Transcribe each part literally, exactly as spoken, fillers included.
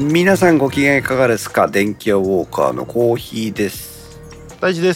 皆さんご機嫌いかがですか。電気屋ウォーカーのコーヒーです。 大事です。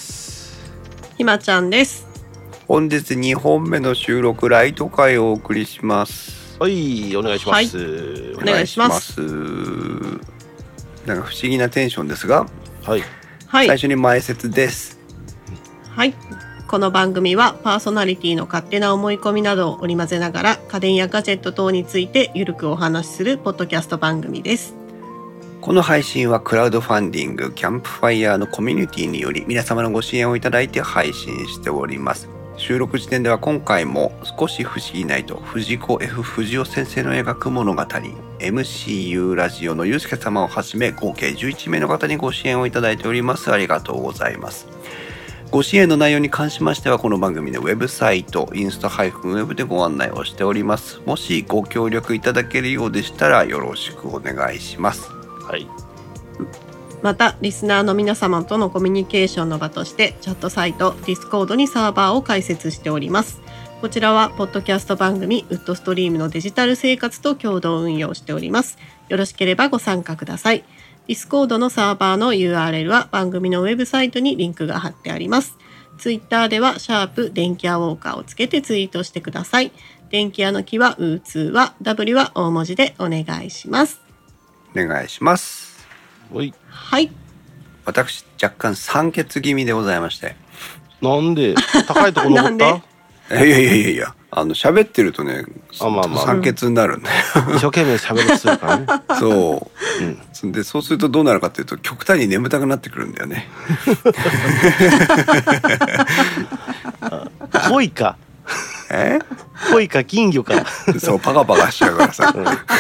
ひまちゃんです。 本日にほんめの収録ライト会をお送りします。 はい、お願いします、 はい、お願いします。 なんか不思議なテンションですが、 はい、 最初に前説です。 はい、この番組はパーソナリティの勝手な思い込みなどを織り交ぜながら家電やガジェット等についてゆるくお話しするポッドキャスト番組です。 この配信はクラウドファンディングキャンプファイヤーのコミュニティにより皆様のご支援をいただいて配信しております。収録時点では今回も少し不思議ないと藤子 F 不二雄先生の描く物語 エムシーユー ラジオのゆうすけ様をはじめ合計じゅういちめいの方にご支援をいただいております。ありがとうございます。ご支援の内容に関しましてはこの番組のウェブサイトインスタ -ウェブ でご案内をしております。もしご協力いただけるようでしたらよろしくお願いします。 はい。 またリスナーの皆様とのコミュニケーションの場としてチャットサイト Discord にサーバーを開設しております。こちらはポッドキャスト番組ウッドストリームのデジタル生活と共同運用しております。よろしければご参加ください。Discord のサーバーの ユーアールエル は番組のウェブサイトにリンクが貼ってあります。Twitter ではシャープ電気屋ウォーカーをつけてツイートしてください。電気屋の木はウーツーは W は大文字でお願いします。 お願いします。 はい。 はい。 私若干酸欠気味でございまして。 なんで高いところ登った？ いやいやいやいや、あの喋ってるとね、 あ、まあまあ、 酸欠になるんだよ。 一生懸命喋るとするからね。 そう、うん、でそうするとどうなるかっていうと極端に眠たくなってくるんだよね。 恋か。 え？ 恋か金魚か。 そうパカパカしちゃうからさ。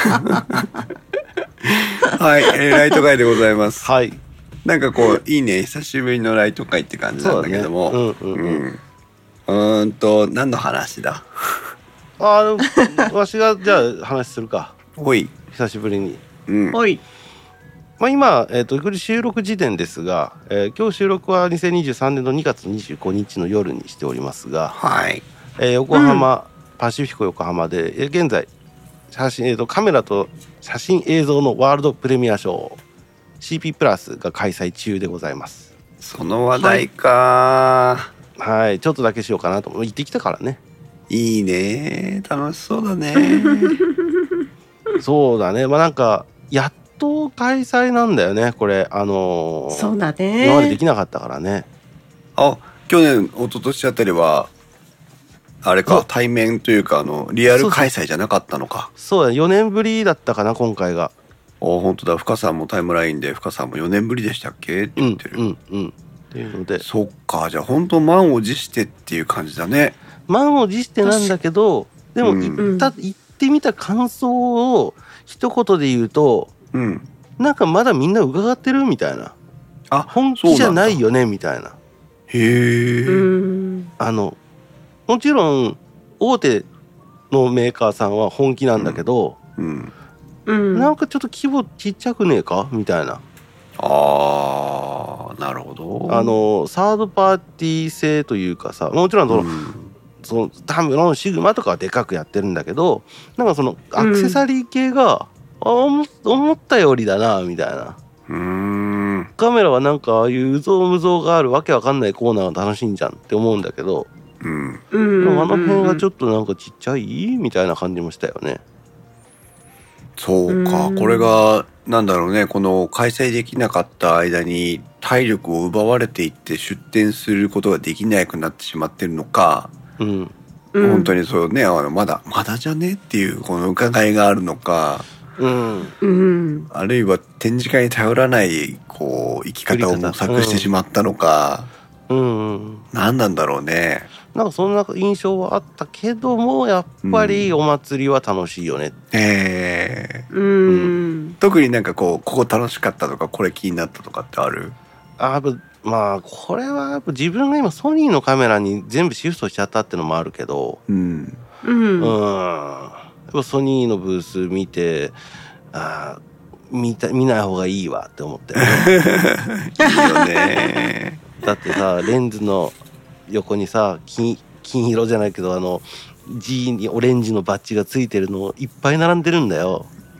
はい、えー、ライト会でございます。 はい。 なんかこういいね、久しぶりのライト会って感じなんだけども、う、ね、うんうんうん、うーんと何の話だ。 ああ、わしがじゃあ話するか。 おい、 久しぶりに。 うん。おい。 まあ今、えっと、収録時点ですが、えー、今日収録はにせんにじゅうさんねんのにがつにじゅうごにちの夜にしておりますが、 はい。 えー、横浜、うん、パシフィコ横浜で、えー、現在写真、えーと、カメラと写真映像のワールドプレミア賞 シーピー プラスが開催中でございます。 その話題か。 はい、はい、ちょっとだけしようかなと思って行ってきたからね。 いいね、楽しそうだね。 そうだね、まあなんかやっと開催なんだよねこれ。あのー、 そうだね、 今までできなかったからね。 あ、去年一昨年あたりはあれか、対面というかあのリアル開催じゃなかったのか。 そうだ、よねんぶりだったかな今回が。 お、本当だ。深さんもタイムラインで深さんもよねんぶりでしたっけって言ってる。 うんうんうん。っていうので、 そっか、じゃあ本当満を持してっていう感じだね。 満を持してなんだけど、でも行った、うん、行ってみた感想を一言で言うと、うん、なんかまだみんな伺ってるみたいな。あ、本気じゃないよねみたいな。 へえ。 あのもちろん大手のメーカーさんは本気なんだけど、うんうん、なんかちょっと規模ちっちゃくねえかみたいな。 あー、なるほど。 あのサードパーティー製というかさ、もちろんその、うん、そのタムロンシグマとかはでかくやってるんだけど、なんかそのアクセサリー系が、うん、あ思ったよりだなみたいな。 うーん、 カメラはなんかああいううぞうむぞうがあるわけわかんないコーナーが楽しいんじゃんって思うんだけど、うん、あの辺がちょっとなんかちっちゃいみたいな感じもしたよね。 そうか、これがなんだろうね、この開催できなかった間に体力を奪われていって出店することができなくなってしまってるのか、うん、本当にそうね、あのまだまだじゃねっていうこの伺いがあるのか、うんうん、あるいは展示会に頼らないこう生き方を模索してしまったのか、うんうん、何なんだろうね。 なんかそんな印象はあったけども、やっぱりお祭りは楽しいよね。 うん、えー、うん、特になんかこうここ楽しかったとかこれ気になったとかってある？ あ、やっぱまあこれはやっぱ自分が今ソニーのカメラに全部シフトしちゃったっていうのもあるけど、うんうん、やっぱソニーのブース見て、あ、見た見ない方がいいわって思ってる、ね、 いいよね。 だってさ、レンズの横にさ 金, 金色じゃないけどあの G にオレンジのバッジがついてるのいっぱい並んでるんだよ。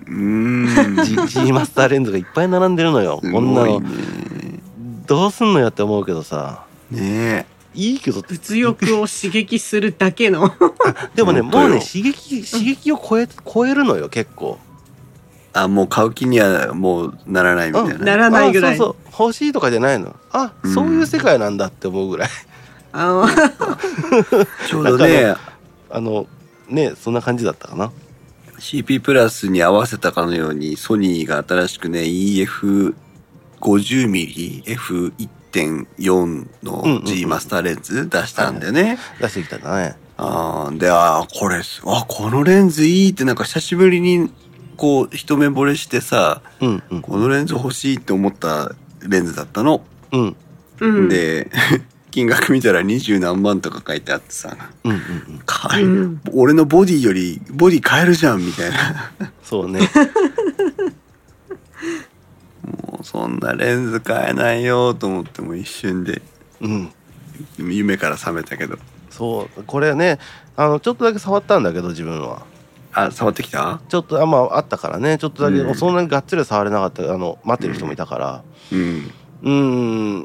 うーん G, G マスターレンズがいっぱい並んでるのよ。こんなのどうすんのやって思うけどさ。 ねえ。 いいけど物欲を刺激するだけのでもねもうね刺激刺激を超え超えるのよ結構。 あ、もう買う気にはもうならないみたいな、 うん、ならないぐらい。 そうそう欲しいとかじゃないの。あ、うん、そういう世界なんだって思うぐらいあちょうどねあのねそんな感じだったかな。 シーピー プラスに合わせたかのようにソニーが新しくね イーエフごじゅうミリエフいってんよん の G マスターレンズ出したんだよね、うんうんうん、 出してきたんだね。 あで、あこれあこのレンズいいってなんか久しぶりにこう一目惚れしてさ、うんうん、このレンズ欲しいって思ったレンズだったの、うん、で金額見たら二十何万とか書いてあってさ、うんうんうん、買え、うん、俺のボディよりボディ買えるじゃんみたいなそうねもうそんなレンズ買えないよと思っても一瞬で、うん、夢から覚めたけど。 そうこれねあのちょっとだけ触ったんだけど自分は。 あ、触ってきた？ ちょっとあ、まあ、あったからねちょっとだけ、うん、そんなにがっつり触れなかったあの待ってる人もいたからうん、うん、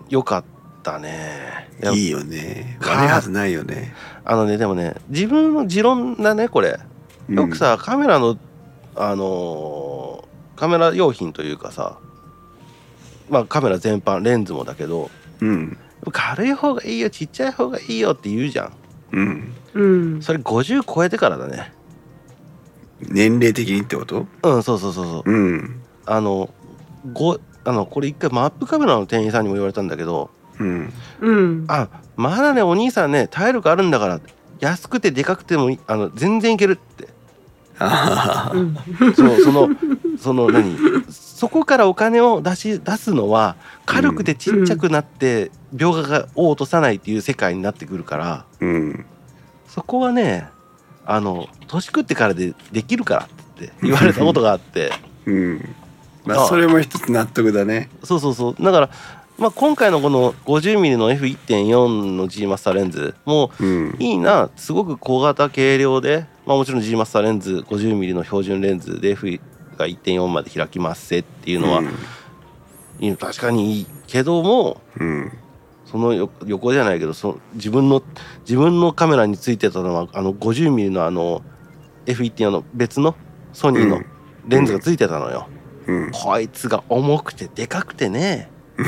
よかったね。 いいよね。悪いはずないよね。 あのねでもね自分の持論だねこれ。よくさ、うん、カメラのあのー、カメラ用品というかさまあカメラ全般レンズもだけど、うん、軽い方がいいよちっちゃい方がいいよって言うじゃん。うんうん、それごじゅう超えてからだね。 年齢的にってこと？ うんそうそうそうそう、うん、あのごあのこれ一回マップカメラの店員さんにも言われたんだけど、うんうん、あまだねお兄さんね体力あるんだから安くてでかくてもあの全然いけるってあそうそのその何そこからお金を出し出すのは軽くてちっちゃくなって描画を落とさないっていう世界になってくるから、うん、そこはねあの年食ってからでできるからって言われたことがあって、うんまあ、それも一つ納得だね。 そうそうそうだから、まあ、今回のこの ごじゅうミリ の エフいってんよん の G マスターレンズもいいな、すごく小型軽量で、まあ、もちろん G マスターレンズ ごじゅうミリ の標準レンズで F が いってんよん まで開きますせっていうのは、うん、いい確かにいいけども、うん、その横じゃないけどその自分の自分のカメラについてたのはあの ごじゅうミリ のあの エフいってんよん の別のソニーのレンズがついてたのよ、うんうん、こいつが重くてでかくてね、うん、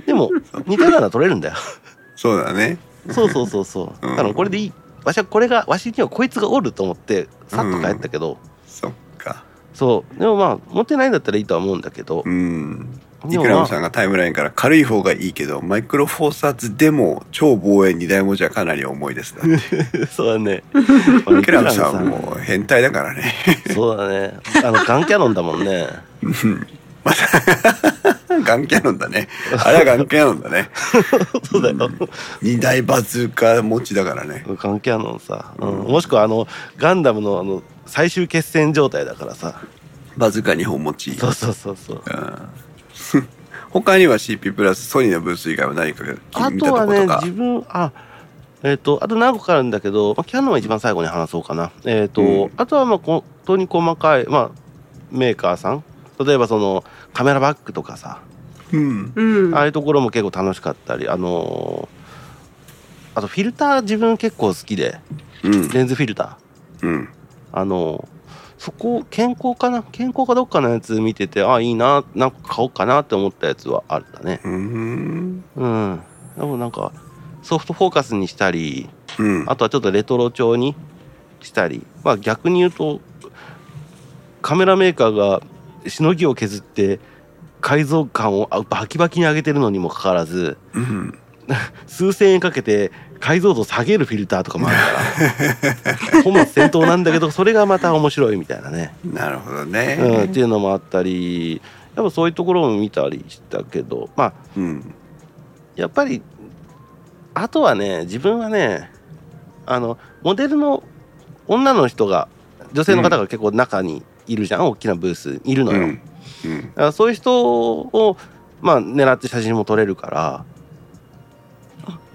でも似たようなの撮れるんだよそうだねそうそうそうそう、うん、だからこれでいいわしはこれがわしにはこいつがおると思ってさっと帰ったけど、うん、 そっかそうでもまあ持ってないんだったらいいとは思うんだけど、うんイクラムさんがタイムラインから軽い方がいいけどマイクロフォーサーズでも超望遠にだいもじゃかなり重いですだってそうだねイクラムさんも変態だからねそうだねあのガンキャノンだもんねまたガンキャノンだねあれはガンキャノンだねそうだよ、うん、 に大バズーカ持ちだからねガンキャノンさ、うん、もしくはあのガンダムのあの最終決戦状態だからさバズーカにほん持ちそうそうそうそう、うん他には シーピー プラスソニーのブース以外は何か見たとことか。あとはね自分あえっ、ー、とあと何個かあるんだけど、まあ、キヤノンは一番最後に話そうかな。えっ、ー、と、うん、あとはまあ本当に細かいまあメーカーさん例えばそのカメラバッグとかさ、うん、ああいうところも結構楽しかったりあのー、あとフィルター自分結構好きで、うん、レンズフィルター、うん、あのーそこ健康かな健康かどっかのやつ見ててああいいななんか買おうかなって思ったやつはあるんだね。うんうんでもなんかソフトフォーカスにしたり、うん、あとはちょっとレトロ調にしたりまあ逆に言うとカメラメーカーがしのぎを削って解像感をバキバキに上げてるのにもかかわらず、うん、数千円かけて解像度下げるフィルターとかもあるから本末転倒なんだけどそれがまた面白いみたいなね。 なるほどね、 うん、っていうのもあったりやっぱそういうところも見たりしたけどまあ、うん、やっぱりあとはね自分はねあのモデルの女の人が女性の方が結構中にいるじゃん、うん、大きなブースいるのよ、うんうん、だからそういう人をまあ狙って写真も撮れるから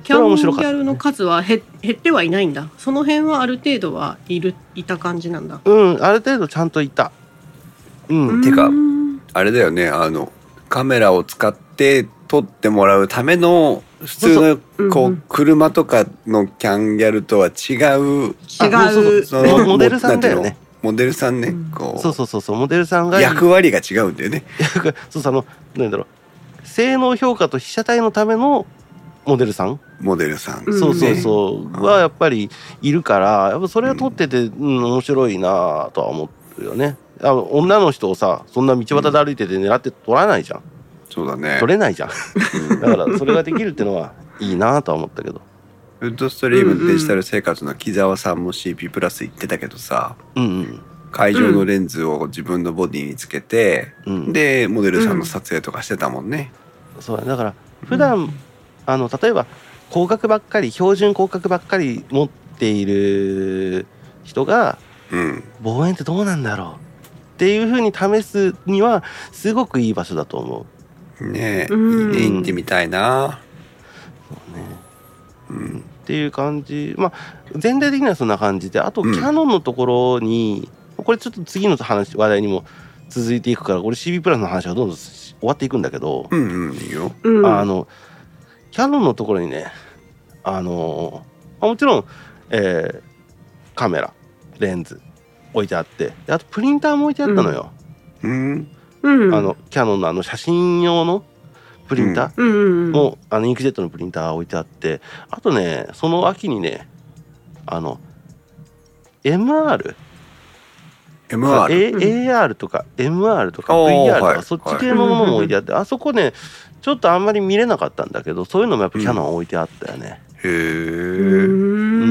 キャンギャルの数は減ってはいないんだ。その辺はある程度はいるいた感じなんだ。 うんある程度ちゃんといた。 うんてかあれだよね、あのカメラを使って撮ってもらうための普通のこう車とかのキャンギャルとは違う違うそのモデルさんだよね。 モデルさんね、こうそうそうそうそうモデルさんが役割が違うんだよね。 そうそうあのなんだろう性能評価と被写体のためのモデルさんモデルさん、 そうそうそう、ね、はやっぱりいるからやっぱそれは撮ってて、うん、面白いなとは思うよね。あの女の人をさそんな道端で歩いてて狙って撮らないじゃん、うん、 そうだね撮れないじゃんだからそれができるっていうのはいいなとは思ったけどウッドストリームデジタル生活の木澤さんも シーピー プラス言ってたけどさ、 うんうん、 会場のレンズを自分のボディにつけて、うん、でモデルさんの撮影とかしてたもんね、 うん、そうだから普段、うん、あの例えば広角ばっかり標準広角ばっかり持っている人が、うん、望遠ってどうなんだろうっていう風に試すにはすごくいい場所だと思うねえ、うん、いいね行ってみたいな。 そうね、うん、っていう感じ。まあ全体的にはそんな感じで、あとキャノンのところに、うん、これちょっと次の話話題にも続いていくからこれ シービー プラスの話がどんどん終わっていくんだけど、 うんうんいいよ。 あのキャノンのところにねあのもちろん、えー、カメラレンズ置いてあってあとプリンターも置いてあったのよ、 うんうん、あのキャノンのあの写真用のプリンターも、うん、あのインクジェットのプリンター置いてあってあとねその秋にねあの エムアールエムアールエーアール とか エムアール とか ブイアール とか、はい、そっち系のものも置いてあって、はい、あそこねちょっとあんまり見れなかったんだけどそういうのもやっぱキャノン置いてあったよね、 うん、へえ、 うん、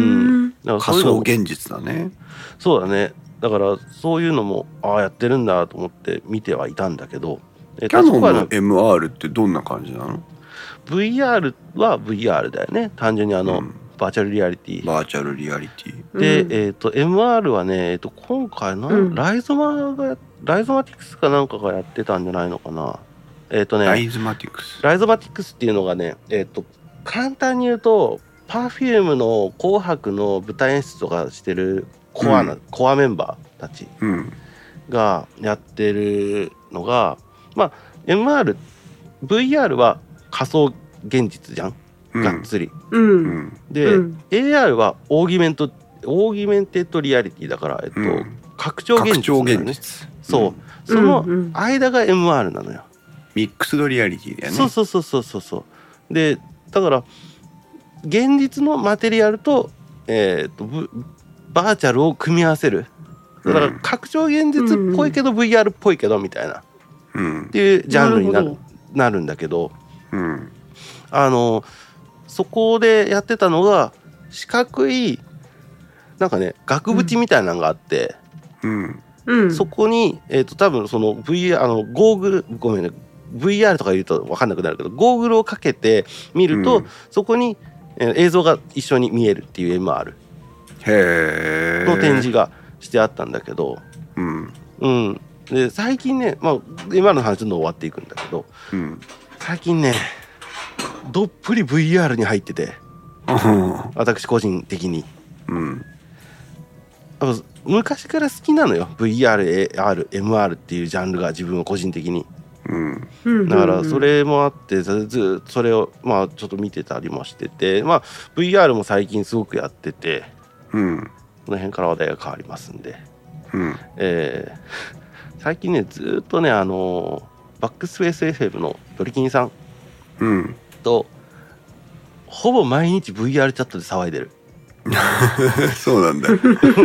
だからそういうの仮想現実だね。 そうだね。だからそういうのもああやってるんだと思って見てはいたんだけど、 キャノンの エムアール ってどんな感じなの？ ブイアール は ブイアール だよね。単純にあの、うん、バーチャルリアリティ。 バーチャルリアリティ。 で、うん、えっ、ー、と エムアール はね、えっ、ー、と今回の、うん、ライゾマがライゾマティクスかなんかがやってたんじゃないのかな。えっ、ー、とね。 ライゾマティクス。 ライゾマティクスっていうのがね、えっ、と簡単に言うと Perfume の紅白の舞台演出とかしてるコアな、うん、コアメンバーたちがやってるのが、まあ エムアール、ブイアール は仮想現実じゃん、うん、がっつり、うん、で、うん、エーアール はオーギュメントオーギュメンテッドリアリティだから、えっとうん、拡張現実だよね。そう、うん、その間が エムアール なのよ。 ミックスドリアリティだよね。 そうそうそうそうそうそうでだから現実のマテリアルと、えー、とバーチャルを組み合わせる。だから拡張現実っぽいけど ブイアール っぽいけどみたいな、うん、っていうジャンルにな る, なるんだけど、うん、あのそこでやってたのが四角いなんかね額縁みたいなのがあって、うんうん、そこに、えー、と多分その ブイアール あのゴーグルごめんね ブイアール とか言うと分かんなくなるけどゴーグルをかけて見ると、うん、そこに、えー、映像が一緒に見えるっていう エムアールへの展示がしてあったんだけど、うんうん、で最近ね、まあ、今の話ちょっと終わっていくんだけど、うん、最近ねどっぷり ブイアール に入ってて私個人的に、うん、昔から好きなのよ ブイアール、エーアール、エムアール っていうジャンルが自分は個人的に、うん、だからそれもあってずずそれをまあちょっと見てたりもしてて、まあ、ブイアール も最近すごくやってて、うん、この辺から話題が変わりますんで、うんえー、最近ねずっとねあのバックスペース エフエム のドリキンさん、うん、とほぼ毎日 ブイアール チャットで騒いでるそうなんだ、うん、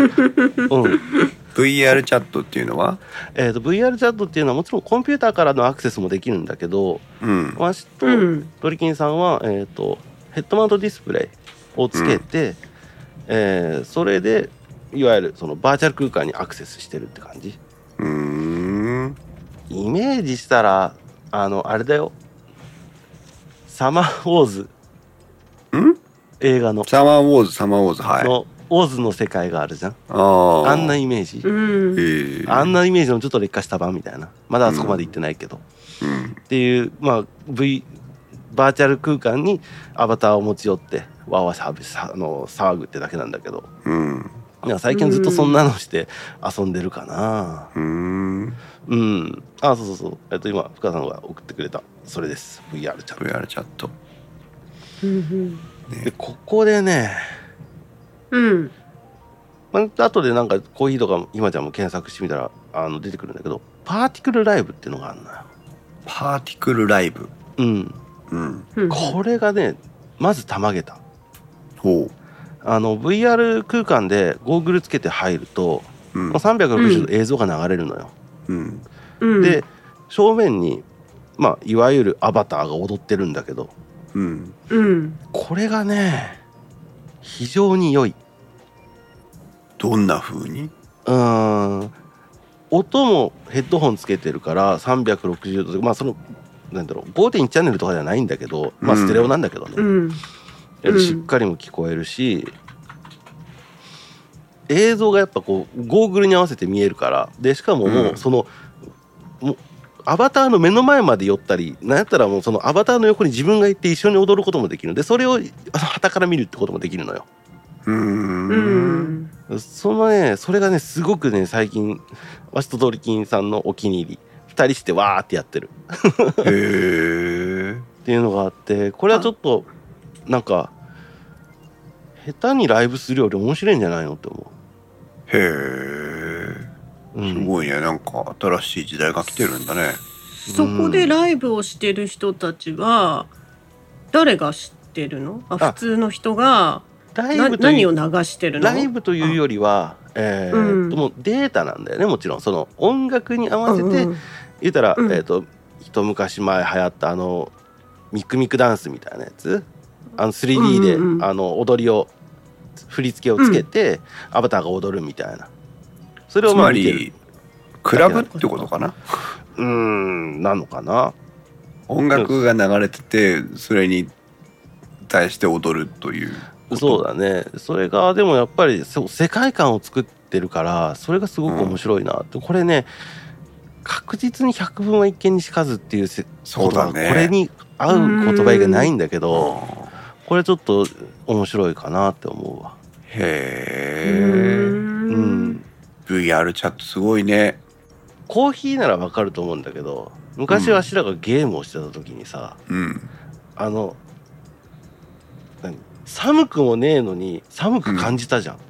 ブイアール チャットっていうのは、 えー、と ブイアール チャットっていうのはもちろんコンピューターからのアクセスもできるんだけど、うん、私とドリキンさんは、えー、とヘッドマウントディスプレイをつけて、うんえー、それでいわゆるそのバーチャル空間にアクセスしてるって感じ。うーんイメージしたらあのあれだよサマーウォーズん映画のサマーウォーズサマーウォーズはいのウォーズの世界があるじゃん。 あ, あんなイメージ、うん、あんなイメージのちょっと劣化した版みたいなまだあそこまで行ってないけど、うん、っていうまあ V バーチャル空間にアバターを持ち寄ってわーわーさあの騒ぐってだけなんだけど、 うん、 いや最近ずっとそんなのして遊んでるかな。 うん、 うん、あそうそうそう、えっと今深さんが送ってくれたそれです。 ブイアール チャットブイアール チャット、 うんうんね、でここでね、 うんまあ後でなんかコーヒーとか今ちゃんも検索してみたらあの出てくるんだけど、パーティクルライブっていうのがあるのよ。 パーティクルライブ、 うんうん、 これがねまずたまげた。 ほう、 あの ブイアール 空間でゴーグルつけて入ると、うん、さんびゃくろくじゅうど映像が流れるのよ、うん、で正面に、まあ、いわゆるアバターが踊ってるんだけど、うん、これがね非常に良い。 どんな風に？ うーん音もヘッドホンつけてるからさんびゃくろくじゅうど、まあそのなんだろう ごてんいち チャンネルとかじゃないんだけど、まあステレオなんだけどね、うんうん、しっかりも聞こえるし、映像がやっぱこうゴーグルに合わせて見えるから、でしかももうその、うん、もうアバターの目の前まで寄ったり、なんやったらもうそのアバターの横に自分が行って一緒に踊ることもできるんで、それを旗から見るってこともできるのよ。うーん、そのねそれがねすごくね最近わしとドリキンさんのお気に入り、ふたりしてわーってやってるへーっていうのがあって、これはちょっとなんか下手にライブするより面白いんじゃないのって思う。 へー、うん、すごいね、なんか新しい時代が来てるんだね。 そこでライブをしてる人たちは誰が知ってるの？あ、普通の人がライブという何を流してるの？ ライブというよりは、えーうん、もうデータなんだよね。もちろんその音楽に合わせて、うんうん、言ったら、うん、えーと、一昔前流行ったあのミクミクダンスみたいなやつ、あの スリーディー で、うんうん、あの踊りを振り付けをつけて、うん、アバターが踊るみたいな、それをまあ見てる。つまりクラブってことかな。 うーん、なのかな。 音楽が流れててそれに対して踊るという。 そうだね。それがでもやっぱり世界観を作ってるから、それがすごく面白いなって、うん、これね確実に百聞は一見にしかずっていうそうだね、 これに合う言葉がないんだけど、これちょっと面白いかなって思うわ。 へー、うん、ブイアール チャットすごいね。 コーヒーならわかると思うんだけど、昔わしらがゲームをしてた時にさ、うん、あの何寒くもねえのに寒く感じたじゃん、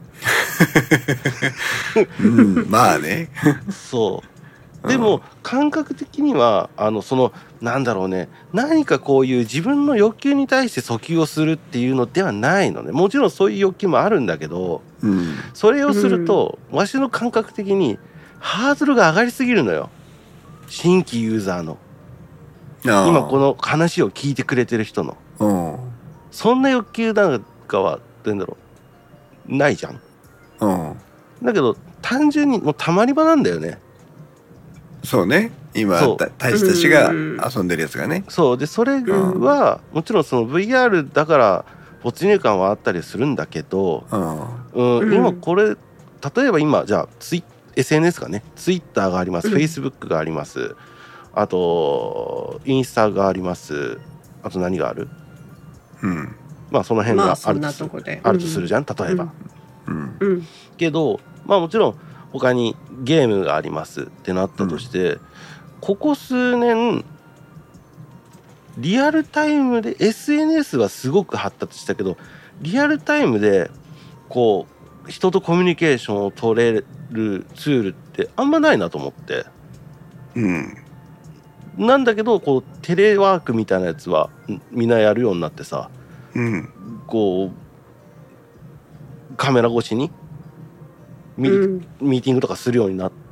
うんうん、まあねそうでも、うん、感覚的にはあのそのなんだろうね、何かこういう自分の欲求に対して訴求をするっていうのではないのね。もちろんそういう欲求もあるんだけど、うん、それをすると、うん、わしの感覚的にハードルが上がりすぎるのよ、新規ユーザーの。今この話を聞いてくれてる人の、うん、そんな欲求なんかはどういうんだろう、ないじゃん、うん、だけど単純にもうたまり場なんだよね。 そうね、今大使たちが遊んでるやつがね。 そうで、それは、うん、もちろんその ブイアール だから没入感はあったりするんだけど、うんうん、今これ例えば今じゃあツイ エスエヌエス がね、ツイッターがあります、うん、フェイスブックがあります、あとインスタがあります、あと何がある、うん、まあその辺があるとする、まあ、あるとするじゃん、例えば、うんうん、けどまあもちろん他にゲームがありますってなったとして、うん、ここ数年リアルタイムで エスエヌエス はすごく発達したけど、リアルタイムでこう人とコミュニケーションを取れるツールってあんまないなと思って、うん、なんだけどこうテレワークみたいなやつはみんなやるようになってさ、うん、こうカメラ越しにミ、うん、ミーティングとかするようになって、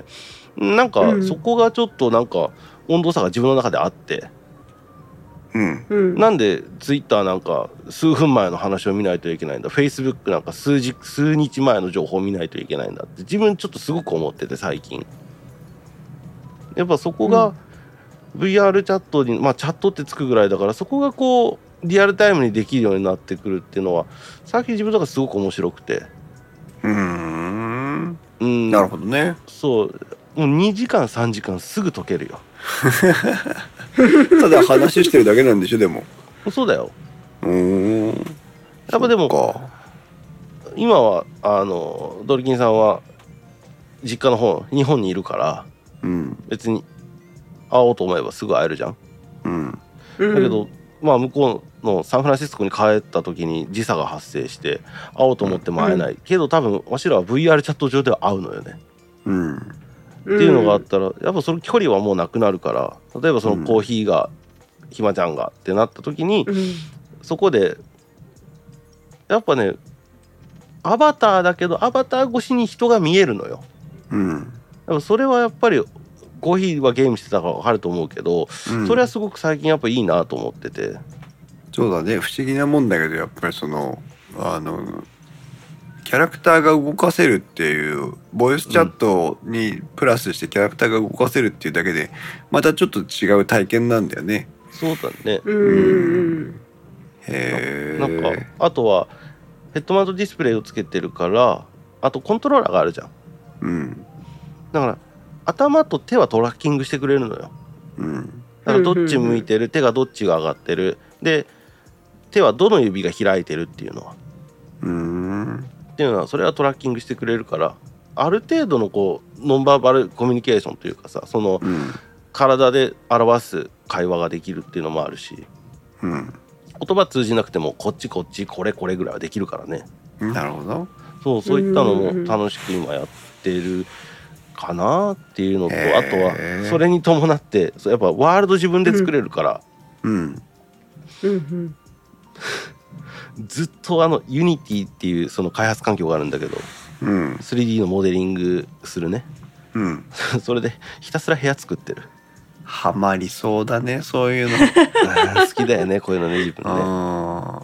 なんかそこがちょっとなんか温度差が自分の中であって、うん、なんでツイッターなんか数分前の話を見ないといけないんだ、フェイスブックなんか数日数日前の情報を見ないといけないんだって自分ちょっとすごく思ってて、最近やっぱそこが ブイアール チャットに、まあチャットってつくぐらいだから、そこがこうリアルタイムにできるようになってくるっていうのは最近自分とかすごく面白くて、うーん、うん、なるほどね。そう、もうにじかんさんじかんすぐ解けるよただ話してるだけなんでしょでも。 そうだよ。 うーん。 やっぱでも今はあのドリキンさんは実家の方日本にいるから、うん、別に会おうと思えばすぐ会えるじゃん。うん、だけど、まあ向こうのサンフランシスコに帰った時に時差が発生して会おうと思っても会えない、うん、けど多分わしらは ブイアール チャット上では会うのよね。うん、っていうのがあったらやっぱその距離はもうなくなるから、例えばそのコーヒーが、うん、ひまちゃんがってなった時に、うん、そこでやっぱねアバターだけどアバター越しに人が見えるのよ。うん、でもそれはやっぱりコーヒーはゲームしてたから分かると思うけど、うん、それはすごく最近やっぱいいなと思ってて。 そうだね、不思議なもんだけどやっぱりそのあのキャラクターが動かせるっていうボイスチャットにプラスしてキャラクターが動かせるっていうだけでまたちょっと違う体験なんだよね。 そうだね。 うん。へえ。 なんかあとはヘッドマウントディスプレイをつけてるから、あとコントローラーがあるじゃん。うん。だから頭と手はトラッキングしてくれるのよ。うん。だからどっち向いてる、手がどっちが上がってる、で手はどの指が開いてるっていうのは。うーん。っていうのはそれはトラッキングしてくれるから、ある程度のこうノンバーバルコミュニケーションというかさ、その、うん、体で表す会話ができるっていうのもあるし、うん、言葉通じなくてもこっちこっちこれこれぐらいはできるからね。 なるほど。 そうそういったのも楽しく今やってるかなっていうのと、あとはそれに伴ってやっぱワールド自分で作れるから、うんうんうん、ずっとあのユニティっていうその開発環境があるんだけど、うん、スリーディー のモデリングするね、うん、それでひたすら部屋作ってる。 ハマりそうだねそういうの好きだよねこういうのね自分ね。あ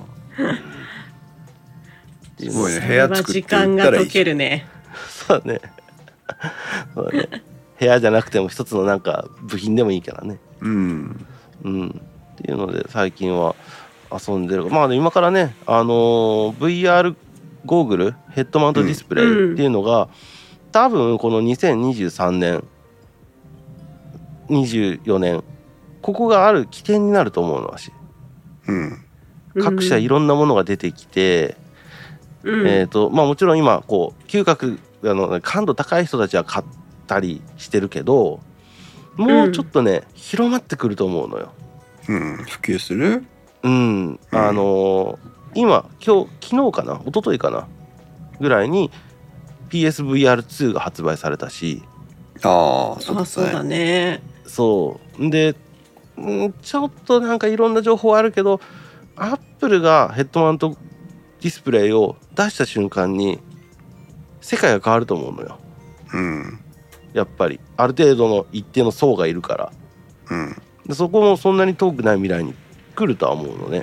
すごいね、部屋作って時間が解けるね。 そうだねそうだね、部屋じゃなくても一つのなんか部品でもいいからね。うん、うん、っていうので最近は遊んでる。まあ、ね、今からね、あのー、ブイアール ゴーグルヘッドマウントディスプレイっていうのが、うん、多分このにせんにじゅうさんねんにじゅうよねんここがある起点になると思うのわし、うん、各社いろんなものが出てきて、うん、えーとまあ、もちろん今こう嗅覚あの感度高い人たちは買ったりしてるけど、もうちょっとね、うん、広まってくると思うのよ。 うん、普及する？ うん、あのー、今今日昨日かな一昨日かなぐらいに ピーエスブイアールツー が発売されたし、 ああ、そうだね。 そうだね。 そうで、ちょっとなんかいろんな情報あるけど、アップルがヘッドマウントディスプレイを出した瞬間に世界が変わると思うのよ。うん。やっぱりある程度の一定の層がいるから。うん。でそこもそんなに遠くない未来に来るとは思うのね。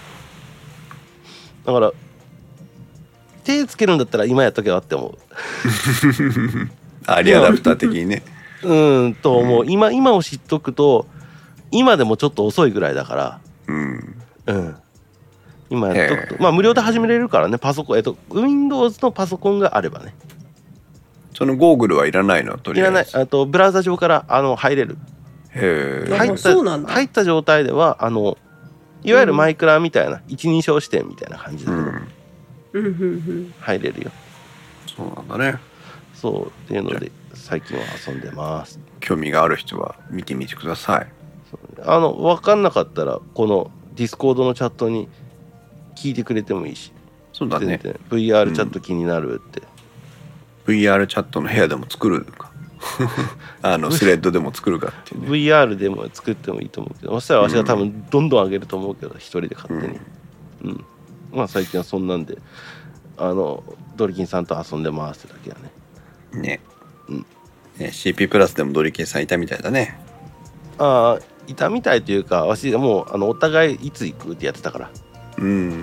だから手つけるんだったら今やっとけばって思う。 アリアダプター的にね。 うんと思う、うん、今今を知っとくと今でもちょっと遅いぐらいだから、うんうん、今やっとくとまあ無料で始めれるからね、パソコンえっと Windows のパソコンがあればね。 そのゴーグルはいらないの？とりあえずいらない。 あとブラウザ上からあの入れる。 へえ。入った入った状態ではあのいわゆるマイクラみたいな、うん、一人称視点みたいな感じで、うん入れるよ。 そうなんだね。 そうっていうので最近は遊んでます。 興味がある人は見てみてください。 あの分かんなかったらこのディスコードのチャットに聞いてくれてもいいし。 そうだね。 ブイアール チャット気になるって、うん、 ブイアール チャットの部屋でも作るかあのスレッドでも作るかっていう、ね、 ブイアール でも作ってもいいと思うけど、そしたらわしは多分どんどん上げると思うけど、一人で勝手に、うん、うん、まあ最近はそんなんであのドリキンさんと遊んでますってだけだね。 ね、うん、ね シーピー プラスでもドリキンさんいたみたいだね。 ああ、いたみたいというか、わしもうあのお互いいつ行くってやってたから。うん。うん、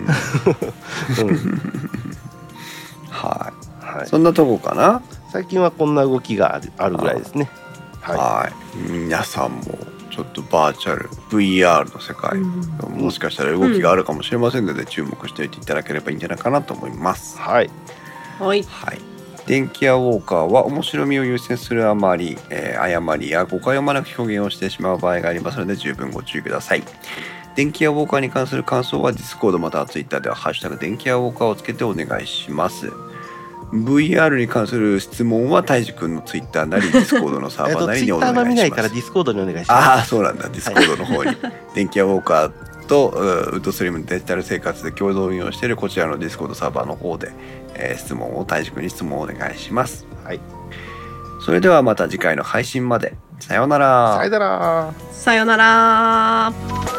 はい、はい。そんなとこかな。 最近はこんな動きがある、あるぐらいですね。 はい。はい、皆さんもちょっとバーチャル ブイアール の世界、うん、もしかしたら動きがあるかもしれませんので、うん、注目しておいていただければいいんじゃないかなと思います。 はい。 はい。 はい。 電気屋ウォーカーは面白みを優先するあまり、えー、誤りや誤解を招く表現をしてしまう場合がありますので十分ご注意ください。電気屋ウォーカーに関する感想は Discord または Twitter ではハッシュタグ電気屋ウォーカーをつけてお願いします。ブイアール に関する質問はたいじくんの Twitter なり Discord のサーバーなりにお願いします。Twitter は見ないから Discord にお願いします。 ああ、そうなんだ。Discord の方に電気屋ウォーカーとウッドストリームのデジタル生活で共同運用しているこちらの Discord サーバーの方で、えー、質問をたいじくんに質問をお願いします。 はい。 それではまた次回の配信まで。さようなら。 さようなら。 さようなら。